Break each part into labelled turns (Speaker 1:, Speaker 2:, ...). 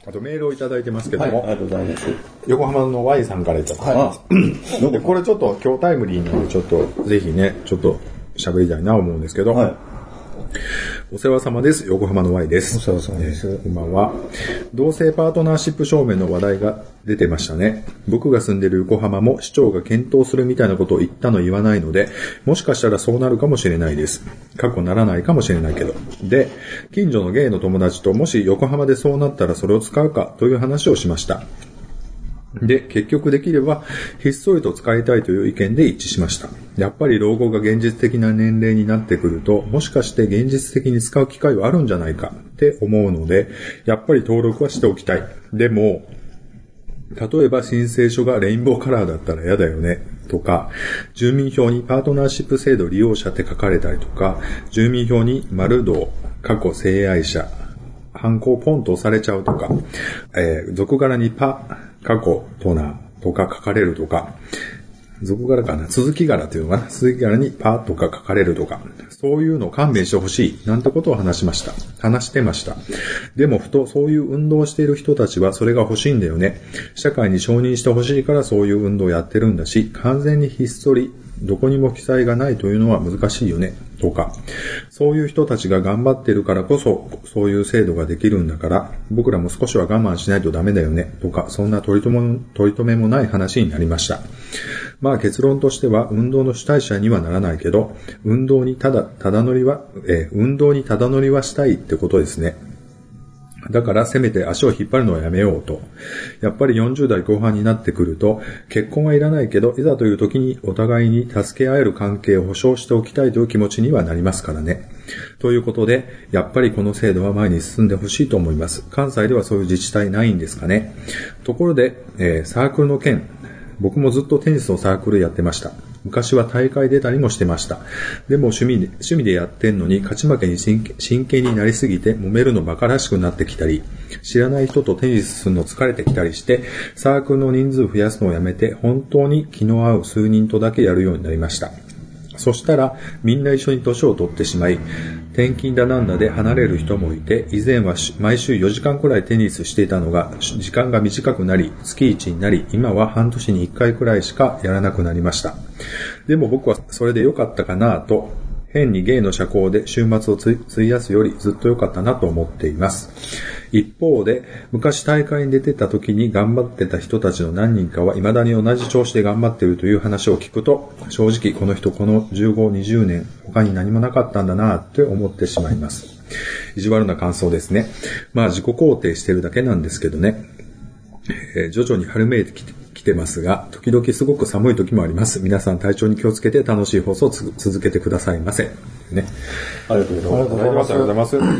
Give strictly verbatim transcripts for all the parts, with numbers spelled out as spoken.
Speaker 1: あとメールをいただいてますけども、
Speaker 2: はい、ありがとうございます。
Speaker 1: 横浜の Y さんからいただいてます。はい、でこれちょっと今日タイムリーなんでちょっとぜひね、ちょっと喋りたいな思うんですけど、はい、お世話様です。横浜の Y です。
Speaker 2: お世話様です、
Speaker 1: えー。こんばんは。同性パートナーシップ証明の話題が出てましたね。僕が住んでいる横浜も市長が検討するみたいなことを言ったの言わないので、もしかしたらそうなるかもしれないです。過去ならないかもしれないけど。で、近所のゲイの友達ともし横浜でそうなったらそれを使うかという話をしました。で、結局できれば、ひっそりと使いたいという意見で一致しました。やっぱり老後が現実的な年齢になってくると、もしかして現実的に使う機会はあるんじゃないかって思うので、やっぱり登録はしておきたい。でも、例えば申請書がレインボーカラーだったら嫌だよね、とか、住民票にパートナーシップ制度利用者って書かれたりとか、住民票に丸道、過去性愛者、犯行ポンと押されちゃうとか、えー、俗柄にパ、過去トナーとか書かれるとか、俗柄かな、続き柄っていうのかな、続き柄にパとか書かれるとか、そういうのを勘弁してほしい、なんてことを話しました。話してました。でもふと、そういう運動をしている人たちはそれが欲しいんだよね。社会に承認してほしいからそういう運動をやってるんだし、完全にひっそり、どこにも記載がないというのは難しいよね、とか、そういう人たちが頑張ってるからこそ、そういう制度ができるんだから、僕らも少しは我慢しないとダメだよね、とか、そんな取り留め、取り留めもない話になりました。まあ結論としては、運動の主体者にはならないけど、運動にただ、ただ乗りは、えー、運動にただ乗りはしたいってことですね。だからせめて足を引っ張るのはやめようと。やっぱりよんじゅう代後半になってくると、結婚はいらないけど、いざという時にお互いに助け合える関係を保障しておきたいという気持ちにはなりますからね。ということで、やっぱりこの制度は前に進んでほしいと思います。関西ではそういう自治体ないんですかね。ところで、えー、サークルの件、僕もずっとテニスのサークルやってました。昔は大会出たりもしてました。でも趣味で、趣味でやってんのに勝ち負けに真剣になりすぎて揉めるの馬鹿らしくなってきたり、知らない人とテニスするの疲れてきたりして、サークルの人数増やすのをやめて本当に気の合う数人とだけやるようになりました。そしたらみんな一緒に年を取ってしまい、転勤だなんだで離れる人もいて、以前は毎週よじかんくらいテニスしていたのが時間が短くなり、月いちになり、今は半年にいっかいくらいしかやらなくなりました。でも僕はそれで良かったかなと、変にゲイの社交で週末を費やすよりずっと良かったなと思っています。一方で、昔大会に出てた時に頑張ってた人たちの何人かは未だに同じ調子で頑張っているという話を聞くと、正直この人このじゅうご、にじゅうねん他に何もなかったんだなって思ってしまいます。意地悪な感想ですね。まあ自己肯定してるだけなんですけどね。えー、徐々に春めいてきて来てますが、時々すごく寒い時もあります。皆さん体調に気をつけて楽しい放送をつ続けてくださいませ。ね。
Speaker 2: ありがとうございます。
Speaker 1: ありがとうございます。明日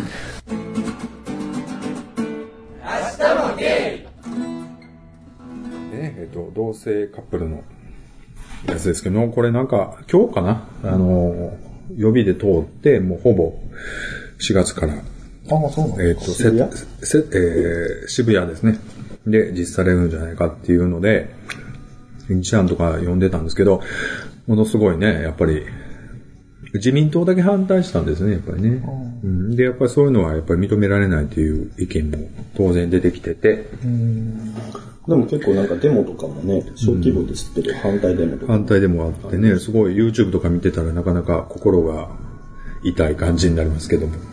Speaker 3: もゲイ。
Speaker 1: ね、えっと同性カップルのやつですけど、これなんか今日かな、あの予備で通ってもうほぼしがつから、
Speaker 2: ああそうなん
Speaker 1: えっと渋谷、せえー、渋谷ですね。で、実施されるんじゃないかっていうので、日案とか読んでたんですけど、ものすごいね、やっぱり、自民党だけ反対したんですね、やっぱりね。うん、で、やっぱりそういうのはやっぱり認められないという意見も当然出てきてて。
Speaker 2: うんでも結構なんかデモとかもね、小規模ですけど、うん、反対デモとか。
Speaker 1: 反対デモあってね、すごい YouTube とか見てたらなかなか心が痛い感じになりますけども。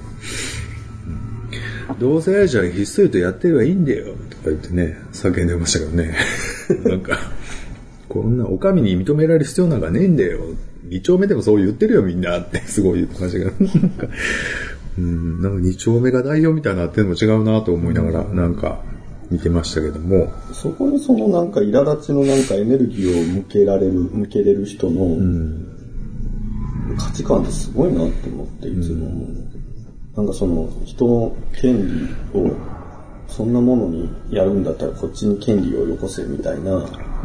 Speaker 1: 同性愛者がひっそりとやってればいいんだよとか言ってね、叫んでましたけどね。なんか、こんなお上に認められる必要なんかねえんだよ。二丁目でもそう言ってるよみんなってすごい言ってましたけど。なんか、うん、なんか二丁目が代表みたいになってるのも違うなと思いながら、なんか見てましたけども。
Speaker 2: そこにそのなんか苛立ちのなんかエネルギーを向けられる、向けれる人の、うん、価値観ってすごいなって思っていつも思う。うんなんかその人の権利をそんなものにやるんだったらこっちに権利をよこせみたいなもの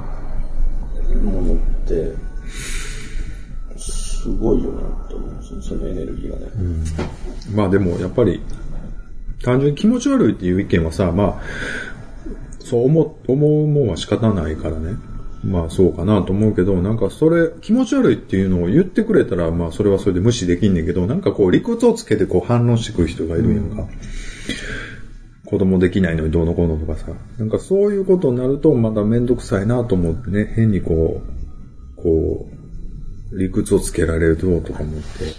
Speaker 2: ってすごいよなって思うんですよ、そのエネルギーがね。
Speaker 1: うん、まあでもやっぱり単純に気持ち悪いっていう意見はさ、まあそう思う、思うもんは仕方ないからね。まあそうかなと思うけど、なんかそれ気持ち悪いっていうのを言ってくれたらまあそれはそれで無視できんねんけど、なんかこう理屈をつけてこう反論してくる人がいるんやんか。 子供できないのにどうのこうのとかさ、なんかそういうことになるとまだめんどくさいなと思ってね、変にこう、こう、理屈をつけられるととか思って。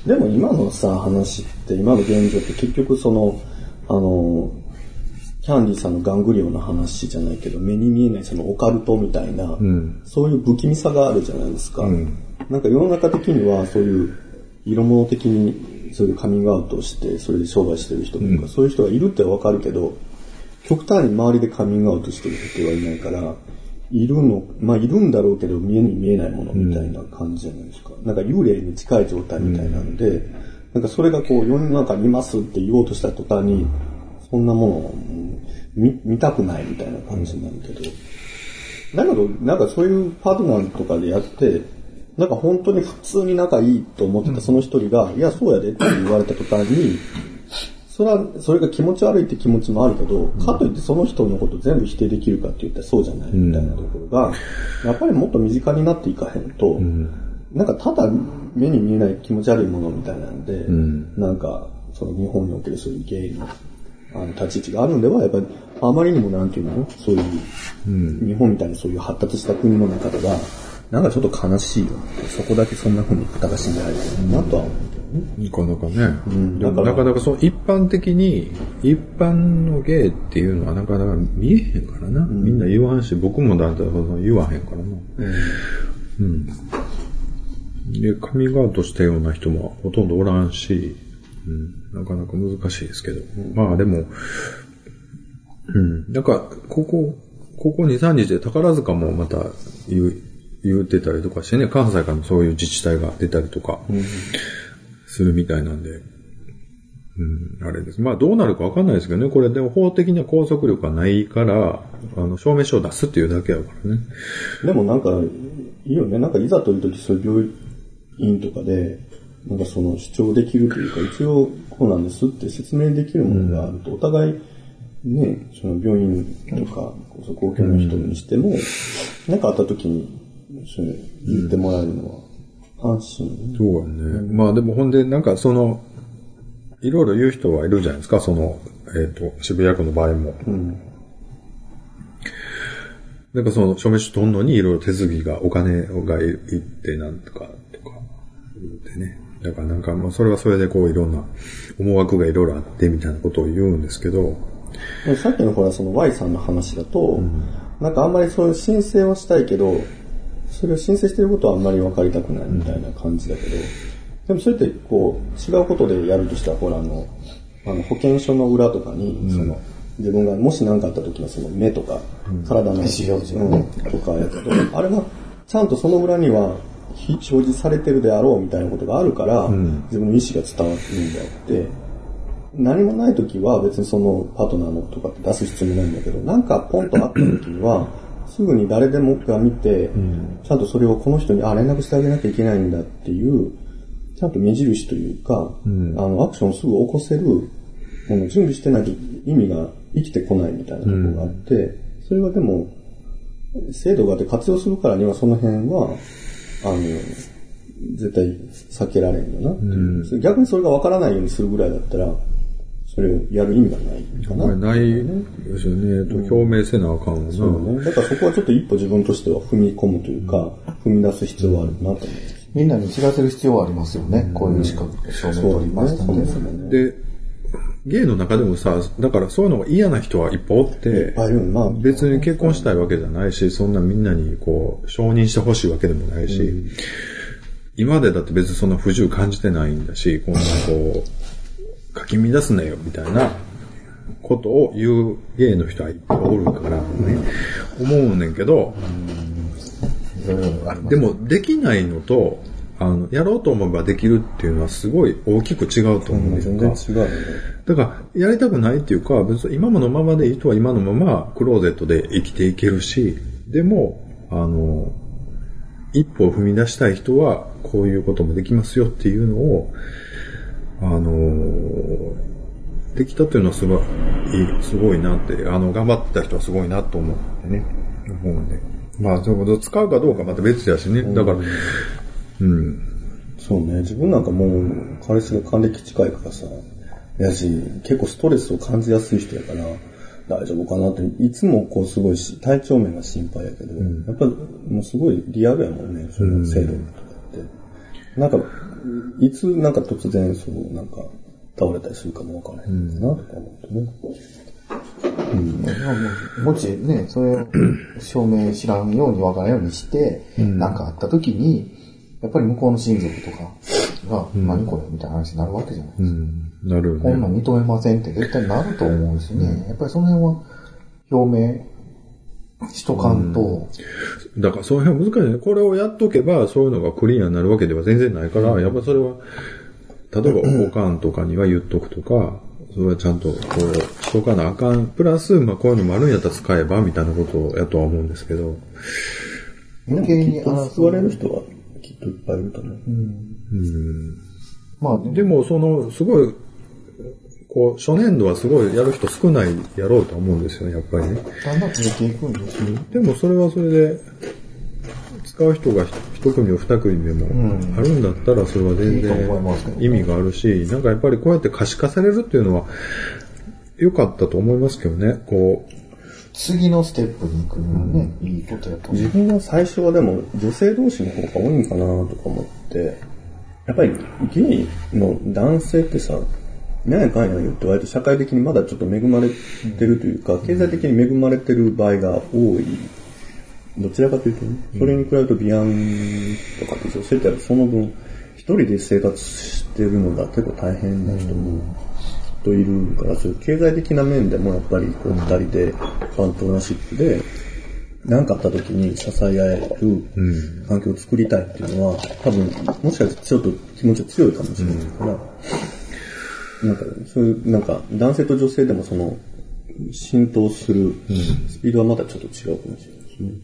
Speaker 2: でも今のさ、話って、今の現状って結局その、あの、キャンディーさんのガングリオンの話じゃないけど、目に見えないそのオカルトみたいな、うん、そういう不気味さがあるじゃないですか。うん、なんか世の中的にはそういう色物的にそういうカミングアウトして、それで商売してる人とか、うん、そういう人がいるってわかるけど、極端に周りでカミングアウトしてる人はいないから、いるの、まあいるんだろうけど、見えに見えないものみたいな感じじゃないですか。うん、なんか幽霊に近い状態みたいなんで、うん、なんかそれがこう世の中にいますって言おうとした途端に、そんなものを 見, 見たくないみたいな感じになるけど、だけど、なんかそういうパートナーとかでやって、なんか本当に普通に仲いいと思ってたその一人が、うん、いや、そうやでって言われた途端に、それは、それが気持ち悪いって気持ちもあるけど、うん、かといってその人のこと全部否定できるかって言ったらそうじゃないみたいなところが、やっぱりもっと身近になっていかへんと、うん、なんかただ目に見えない気持ち悪いものみたいなんで、うん、なんか、その日本におけるそういうゲイの、あの立ち位置があるんでは、やっぱりあまりにもなんていうの、そういう、うん、日本みたいにそういう発達した国の中では、なんかちょっと悲しいよって、そこだけそんな風に正しんでられてるなとは思うけどね。
Speaker 1: なかなかね。うん、だからなかなかその一般的に、一般のゲイっていうのはなかなか見えへんからな。うん、みんな言わんし、僕もだったら言わへんからな。うん。うん。で、カミングアウトしたような人もほとんどおらんし、うん、なかなか難しいですけど。うん、まあでも、うん。なんか、ここ、ここに、さんにちで宝塚もまた言う、言ってたりとかしてね、関西からもそういう自治体が出たりとかするみたいなんで、うん、あれです。まあどうなるかわかんないですけどね、これでも法的には拘束力がないから、あの、証明書を出すっていうだけやからね。
Speaker 2: でもなんか、いいよね、なんかいざという時そういう病院とかで、なんかその主張できるというか、一応こうなんですって説明できるものがあると、お互い、ね、その病院とか、公共の人にしても、なんかあった時に、そう言ってもらえるのは安心。
Speaker 1: そうやね。うん、まあでもほんで、なんかその、いろいろ言う人はいるじゃないですか、その、えっと、渋谷区の場合も。うん、なんかその、証明書取るのにいろいろ手続きが、お金がいってなんとか、とか、言ってね。だからなんか、まあそれはそれでこういろんな思惑がいろいろあってみたいなことを言うんですけど。
Speaker 2: さっきのほらその Y さんの話だと、うん、なんかあんまりそういう申請はしたいけど、それを申請してることはあんまり分かりたくないみたいな感じだけど、うん、でもそれってこう違うことでやるとしたら、ほらあの、あの保険証の裏とかに、うん、その自分がもし何かあった時のその目とか、うん、体の、うん、とかやと、あれはちゃんとその裏には表示されてるであろうみたいなことがあるから、うん、自分の意思が伝わってるんであって、何もない時は別にそのパートナーのとかって出す必要もないんだけど、なんかポンとあった時には、すぐに誰でもが見て、うん、ちゃんとそれをこの人にあ連絡してあげなきゃいけないんだっていう、ちゃんと目印というか、うん、あのアクションをすぐ起こせるものを準備してないと意味が生きてこないみたいなところがあって、うん、それはでも制度があって活用するからにはその辺はあの絶対避けられんよなっていう、うん、逆にそれが分からないようにするぐらいだったらそれをやる意味がないかな。
Speaker 1: ないですよね。うん、表明せなあかんもんな。
Speaker 2: そうね。だからそこはちょっと一歩自分としては踏み込むというか、うん、踏み出す必要はあるなと思います。
Speaker 4: みんなに知らせる必要はありますよね。うん、こういう資格証明取りましたね。
Speaker 1: そうね。で、ゲイの中でもさ、だからそういうのが嫌な人はいっぱいおって、
Speaker 2: あるな
Speaker 1: 別に結婚したいわけじゃないし、そんなみんなにこう承認してほしいわけでもないし、うん、今までだって別にそんな不自由感じてないんだし、こんなこう、かき乱すなよみたいなことを言うゲイの人はいっぱいおるからね、思うねんけど、でもできないのと、あの、やろうと思えばできるっていうのはすごい大きく違うと思うんですよ。
Speaker 2: 全然違うよね。
Speaker 1: だから、やりたくないっていうか、別に今のままでいい人は今のままクローゼットで生きていけるし、でも、あの、一歩を踏み出したい人はこういうこともできますよっていうのを、あのー、できたっていうのはすごい、すごいなって、あの、頑張った人はすごいなと思ってね、思うんで。まあ、そういうこと使うかどうかまた別やしね。だから、うん。
Speaker 2: そうね、自分なんかもう、彼氏が還暦近いからさ、やし、結構ストレスを感じやすい人やから、 大丈夫かなって、いつもこうすごいし、体調面が心配やけど、うん、やっぱりもうすごいリアルやもんね、その制度とかって。うん、なんか、いつなんか突然そう、なんか倒れたりするかもわからへんかなとか思ってね。
Speaker 4: うん、もしね、それを証明知らんようにわからんようにして、うん、なんかあった時に、やっぱり向こうの親族とかが、うん、何これみたいな話になるわけじゃないですか。うん、
Speaker 1: なるね。
Speaker 4: こんなん認めませんって絶対なると思うしね。うん、やっぱりその辺は表明しとかんと。
Speaker 1: うん、だからその辺は難しいね。これをやっとけばそういうのがクリアになるわけでは全然ないから、うん、やっぱそれは、例えばおかんとかには言っとくとか、それはちゃんとこうしとかなあかん。プラス、まあこういうのもあるんやったら使えばみたいなことやとは思うんですけど。
Speaker 2: 余計に救われる人はきっといっぱいいると思う。うん。うん、
Speaker 1: まあでもそのすごいこう初年度はすごいやる人少ないやろうと思うんですよね、やっぱりね。
Speaker 4: だんだん続いていくんですよ。
Speaker 1: でもそれはそれで使う人が一組を二組でもあるんだったらそれは全然意味があるし、なんかやっぱりこうやって可視化されるっていうのは良かったと思いますけどね。こう
Speaker 4: 次のステップに行くのはね、うん、いいことやと思う。
Speaker 2: 自分は最初はでも女性同士の方が多いんかなとか思って、やっぱりゲイの男性ってさ、なんやかんや言って割と社会的にまだちょっと恵まれてるというか、うん、経済的に恵まれてる場合が多い。どちらかというとね、それに比べるとビアンとかって女性ってその分一人で生活してるのが結構大変な人もといるから、そういう経済的な面でもやっぱりこう二人でパートナーシップで何かあった時に支え合える環境を作りたいっていうのは多分もしかしてちょっと気持ちが強いかもしれないから、なんかそういうなんか男性と女性でもその浸透するスピードはまたちょっと違うかもしれないですね。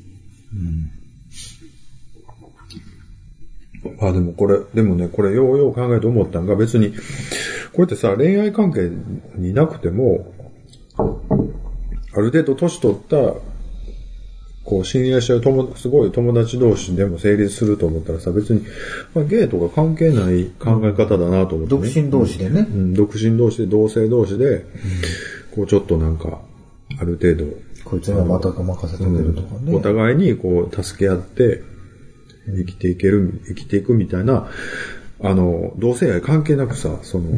Speaker 1: うん、あ、でもこれ、でもね、これようよう考えて思ったんが、別に、こうやってさ、恋愛関係になくても、ある程度年取った、こう、信頼し合う友、すごい友達同士でも成立すると思ったらさ、別に、まあ、ゲイとか関係ない考え方だなと思って、ね。
Speaker 4: 独身同士でね。
Speaker 1: うん、独身同士で、同性同士で、うん、こう、ちょっとなんか、ある程度、
Speaker 4: こいつがまたか任せてくれるとかね、
Speaker 1: うん。お互いにこう助け合って生きていける、生きていくみたいな、あの、同性愛関係なくさ、その、うんうん、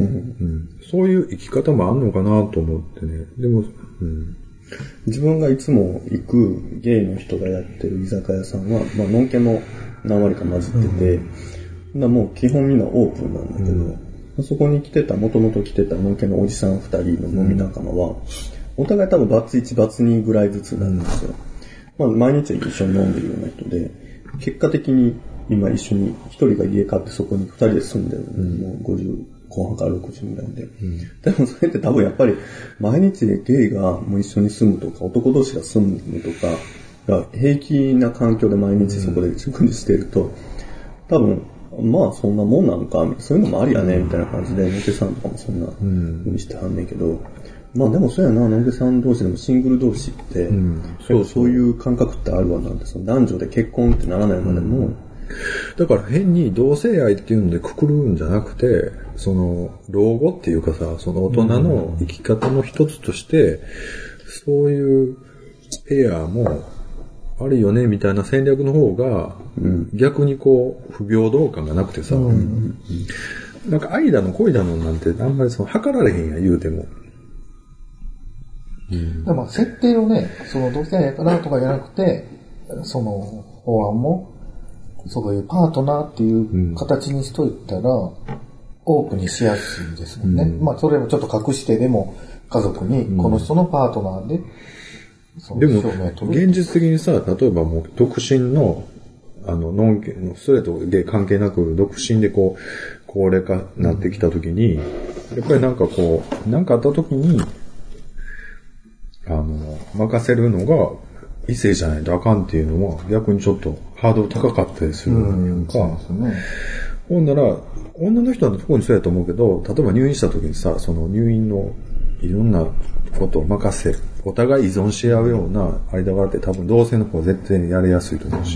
Speaker 1: そういう生き方もあんのかなと思ってね。でも、うん、
Speaker 2: 自分がいつも行くゲイの人がやってる居酒屋さんは、まあ、ノンケも何割か混じってて、うん、だもう基本みんなオープンなんだけど、うん、そこに来てた、もともと来てたノンケのおじさん二人の飲み仲間は、うんお互い多分バツいち、バツにぐらいずつなんですよ。まあ毎日一緒に飲んでるような人で、結果的に今一緒に一人が家買ってそこに二人で住んでるので、うん、もうごじゅう後半からろくじゅうぐらいで、うん。でもそれって多分やっぱり毎日ゲイがもう一緒に住むとか、男同士が住むとかが平気な環境で毎日そこで食事してると、多分まあそんなもんなんか、そういうのもありやね、みたいな感じで、ノケさんとかもそんな風にしてはんねんけど、まあでもそうやな、のんけさん同士でもシングル同士って、うん、そうそういう感覚ってあるわなんて、その男女で結婚ってならないまでも、うん、
Speaker 1: だから変に同性愛っていうのでくくるんじゃなくて、その老後っていうかさ、その大人の生き方の一つとして、そういうペアもあるよねみたいな戦略の方が、うん、逆にこう不平等感がなくてさ、うんうん、なんか愛だの恋だのなんてあんまりその測られへんや言うても。
Speaker 4: うん、でも設定をね、その同性愛やからとかじゃなくて、その法案もそういうパートナーっていう形にしといたら、オープンにしやすいですもんね。うん、まあそれもちょっと隠してでも家族にこの人のパートナーで、
Speaker 1: うん、でも現実的にさ、例えばもう独身のあのノンケのストレートで関係なく独身でこう高齢化になってきたときに、やっぱりなんかこうなんかあったときに。あの、任せるのが異性じゃないとあかんっていうのは逆にちょっとハードル高かったりするのか。うん、そうですね。ほんなら、女の人は特にそうやと思うけど、例えば入院した時にさ、その入院のいろんなことを任せる。お互い依存し合うような間があって多分同性の方が絶対やりやすいと思うし、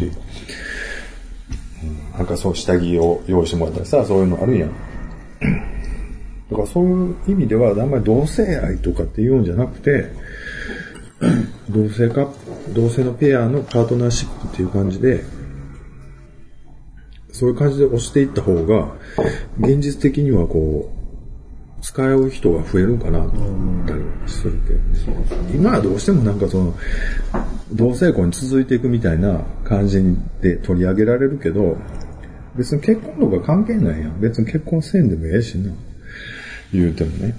Speaker 1: うん、なんかそう下着を用意してもらったりさ、そういうのあるやん。だからそういう意味ではあんまり同性愛とかっていうんじゃなくて、 同性か、同性のペアのパートナーシップっていう感じで、そういう感じで押していった方が、現実的にはこう、使う人が増えるかなと思ったりするけどね。今はどうしてもなんかその、同性婚に続いていくみたいな感じで取り上げられるけど、別に結婚とか関係ないやん。別に結婚せんでもええしな。言うてもね。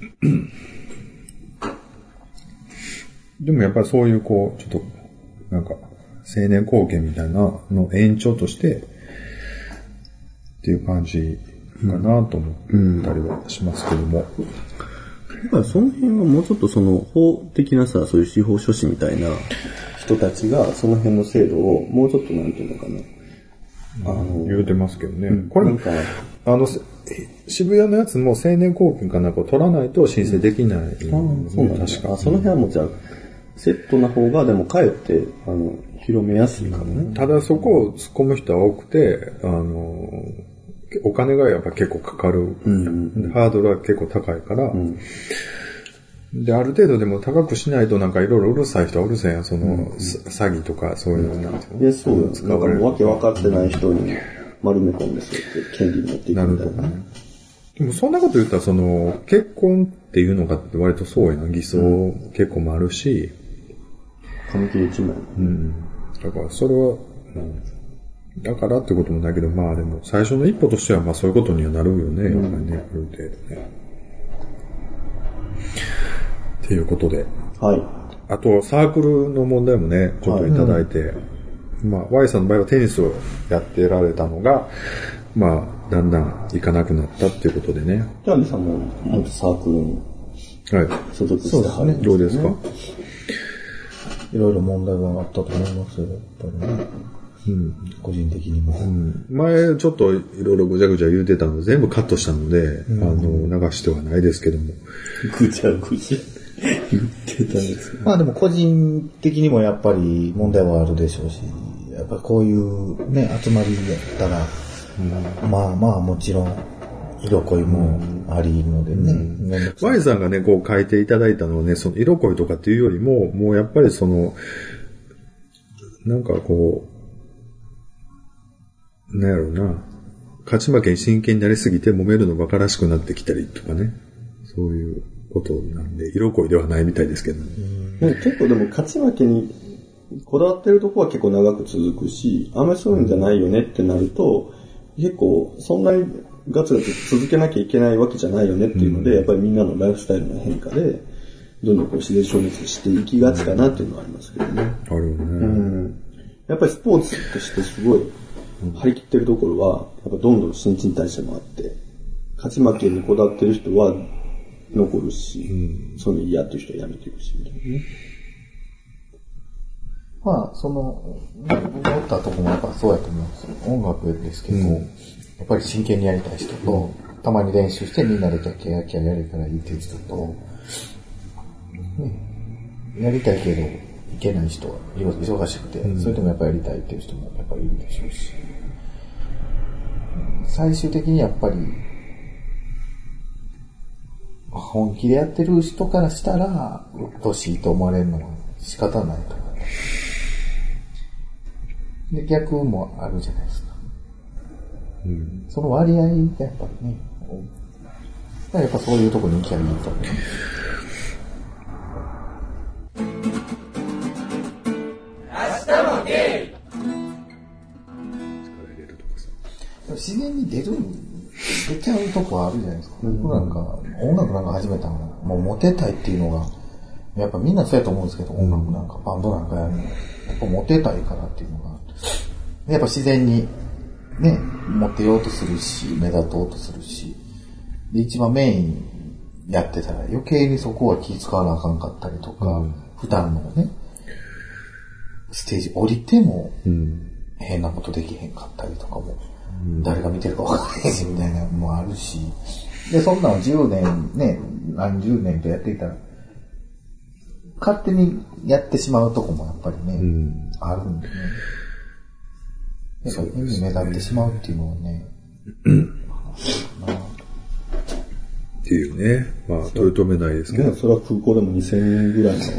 Speaker 1: でもやっぱりそういうこう、ちょっと、なんか、成年後見みたいなの延長として、っていう感じかなと思ったりはしますけども。
Speaker 2: だからその辺はもうちょっとその法的なさ、そういう司法書士みたいな人たちがその辺の制度をもうちょっとなんていうのかな。あの、
Speaker 1: 言うてますけどね。うん、これ、あの、渋谷のやつも成年後見かなんか取らないと申請できない、ね。
Speaker 2: うん、あそうなんだ。確か。あ、その辺はもうじゃあ、セットな方がでもかえって、あの、広めやすいかもね。
Speaker 1: ただそこを突っ込む人は多くて、あの、お金がやっぱ結構かかる。うんうん、ハードルは結構高いから、うん、で、ある程度でも高くしないとなんかいろいろうるさい人はうるさいやん、その、うん、詐欺とかそういうのなんていうの。
Speaker 2: いや、そうよ。使われる。わけ分かってない人に丸め込んでそうやって権利持っていくみたいな。なるほどね。
Speaker 1: でもそんなこと言ったらその、結婚っていうのが割とそうやな、偽装結婚もあるし、
Speaker 2: 紙切れ一枚。
Speaker 1: うん。だからそれは、うんだからってこともないけど、まあでも、最初の一歩としては、まあそういうことにはなるよね、やっぱりね、ある程度ね。っていうことで。
Speaker 2: はい。
Speaker 1: あと、サークルの問題もね、ちょっといただいて、はいうん、まあ、Y さんの場合はテニスをやってられたのが、まあ、だんだん行かなくなったっていうことでね。
Speaker 2: ジャンディさんも、元サークルに所属してはる、
Speaker 1: ね、どうですか？
Speaker 4: いろいろ問題があったと思いますよ、やっぱりね。うん、個人的にも、うん、
Speaker 1: 前ちょっといろいろぐちゃぐちゃ言うてたの全部カットしたので、うん、あの流してはないですけども
Speaker 2: ぐちゃぐちゃ言ってたんですけど
Speaker 4: まあでも個人的にもやっぱり問題はあるでしょうしやっぱりこういうね集まりやったら、うん、まあまあもちろん色恋もありのでね、
Speaker 1: うんうん、Y さんがねこう書いていただいたのはねその色恋とかっていうよりももうやっぱりそのなんかこうなんやろうな。勝ち負けに真剣になりすぎて揉めるの馬鹿らしくなってきたりとかね。そういうことなんで、色恋ではないみたいですけどね。
Speaker 2: うん結構でも勝ち負けにこだわってるとこは結構長く続くし、あんまりそういうんじゃないよねってなると、結構そんなにガツガツ続けなきゃいけないわけじゃないよねっていうので、うん、やっぱりみんなのライフスタイルの変化で、どんどんこう自然消滅していきがちかなっていうのはありますけどね。
Speaker 1: あるよね。
Speaker 2: うん。やっぱりスポーツとしてすごい、張り切ってるところは、やっぱどんどん新陳代謝もあって、勝ち負けにこだわってる人は残るし、うん、その嫌っていう人はやめていくし、みたいなね。
Speaker 4: まあ、その、思ったところもやっぱそうやと思うんですよ。音楽ですけど、うん、やっぱり真剣にやりたい人と、うん、たまに練習してみんなでキャッキャキャやれたらいいっていう人と、ね、やりたいけど、いけない人は忙しくて、うん、それでもやっぱりやりたいっていう人もやっぱりいるでしょうし、最終的にやっぱり本気でやってる人からしたらうっとしいと思われるのは仕方ないと思う。で逆もあるじゃないですか。うん、その割合がやっぱりね、やっぱそういうところに行きゃいいと思う。自然に出る、出ちゃうとこあるじゃないですか。僕、うん、なんか、音楽なんか始めたのもうモテたいっていうのが、やっぱみんなそうやと思うんですけど、音楽なんか、バンドなんかやるの。やっぱモテたいからっていうのが、やっぱ自然に、ね、モテようとするし、目立とうとするし、で、一番メインやってたら余計にそこは気使わなあかんかったりとか、うん、普段のね、ステージ降りても、変なことできへんかったりとかも、うん、誰が見てるか分からへんしみたいなのもあるし、で、そんなのじゅうねんね、何十年とやっていたら、勝手にやってしまうとこもやっぱりね、うん、あるんでね。やっぱり目立ってしまうっていうのはね、
Speaker 1: まあ、っていうね、まあ取り留めないですけど、
Speaker 2: ね、それは空港でもにせんえんぐらいの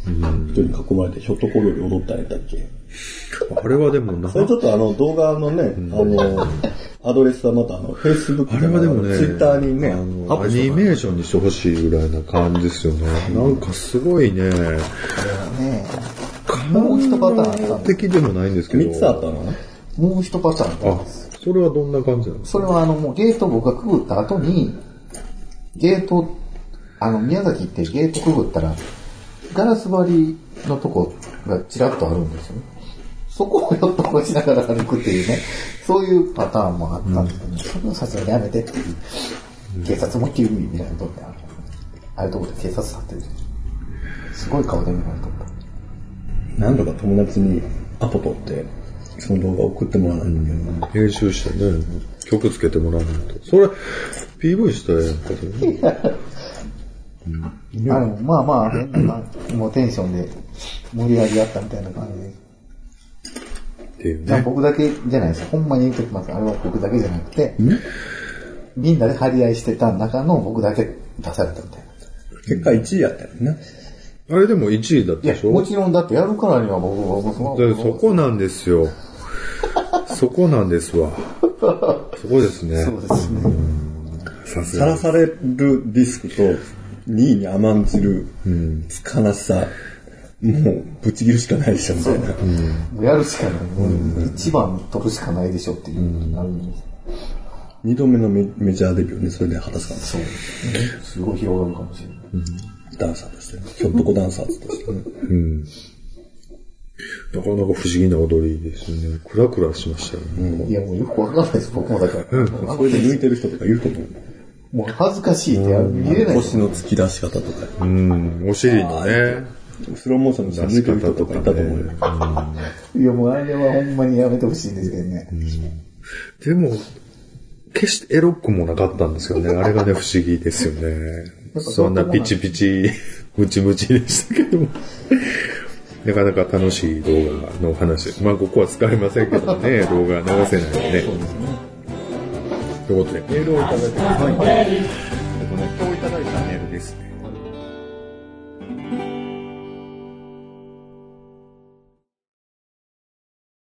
Speaker 2: 人に囲まれてひょっとこより踊ったんやったっけ。
Speaker 1: あれはでもな。
Speaker 2: それちょっとあの動画のね、うん、あの、アドレスはまたあの、Facebook
Speaker 1: あれはでもね、
Speaker 2: ツイッターにね、
Speaker 1: あのアニメーションにしてほしいぐらいな感じですよね。なんかすごいね。
Speaker 4: ね
Speaker 1: もう一パターン的でもないんですけど。
Speaker 2: みっつあったの
Speaker 4: もう一パターンあったんです。
Speaker 1: それはどんな感じなの？
Speaker 4: それはあの、もうゲート僕がくぐった後に、ゲート、あの、宮崎ってゲートくぐったら、ガラス張りのとこがちらっとあるんですよね。そこをひょっとこしながら歩くっていうね、そういうパターンもあったんですけど、ね、うん、それはさすがにやめてっていう。警察も急にみたいなとこである。ああいうとこで警察立ってる。すごい顔で見られとった。
Speaker 2: 何度か友達にアポ取って、その動画送ってもらわないんだけど、ね、
Speaker 1: 編集してね、曲つけてもらわないと。それ、ピーブイ したらええやんか、ね。
Speaker 4: うん、あのまあまあ変なもうテンションで盛り上げやったみたいな感じで。っていうね。僕だけじゃないですよ。ほんまに言うときます。あれは僕だけじゃなくて、みんなで張り合いしてた中の僕だけ出されたみたいな。
Speaker 2: 結果いちいやったよね。
Speaker 1: あれでもいちいだったでしょ？
Speaker 4: もちろんだってやるからには僕は僕
Speaker 1: は。そこなんですよ。そこなんですわ。そこですね。
Speaker 4: そうですね。
Speaker 2: さらされるリスクとにいに甘んじる悲しさ、もうぶち切るしかないでしょみたいな。
Speaker 4: うん、もうやるしかない。うん、一番取るしかないでしょっていうのになるんです。
Speaker 2: 二度目の メ, メジャーデビューね、それで果たすかも
Speaker 4: しれない。そうですね。すごい広がるかもしれない。うん、
Speaker 2: ダンサーとしてね。ひょっとこダンサーとしてね。うん。
Speaker 1: なかなか不思議な踊りですね。クラクラしましたよね。
Speaker 4: うん、いやもうよくわかんないです、僕もだから。
Speaker 2: うん、それで抜いてる人とかいると思う。
Speaker 4: もう恥ずかしいって見れない。
Speaker 2: 腰の突き出し方とか。
Speaker 1: うん、お尻のね。
Speaker 2: スローモーションに抜いてる人とかいたと思うよ。
Speaker 4: うん、いやもうあれはほんまにやめてほしいんですけどね。
Speaker 1: うん、でも、決してエロくもなかったんですよね。あれがね、不思議ですよね。そんなピチピチ、ムチムチでしたけども。なかなか楽しい動画の話。まあ、ここは使えませんけどね、動画流せないんでね。そうですね。ということで、メールをいただいてます。はい。えっとね、今日いただいたメールですね。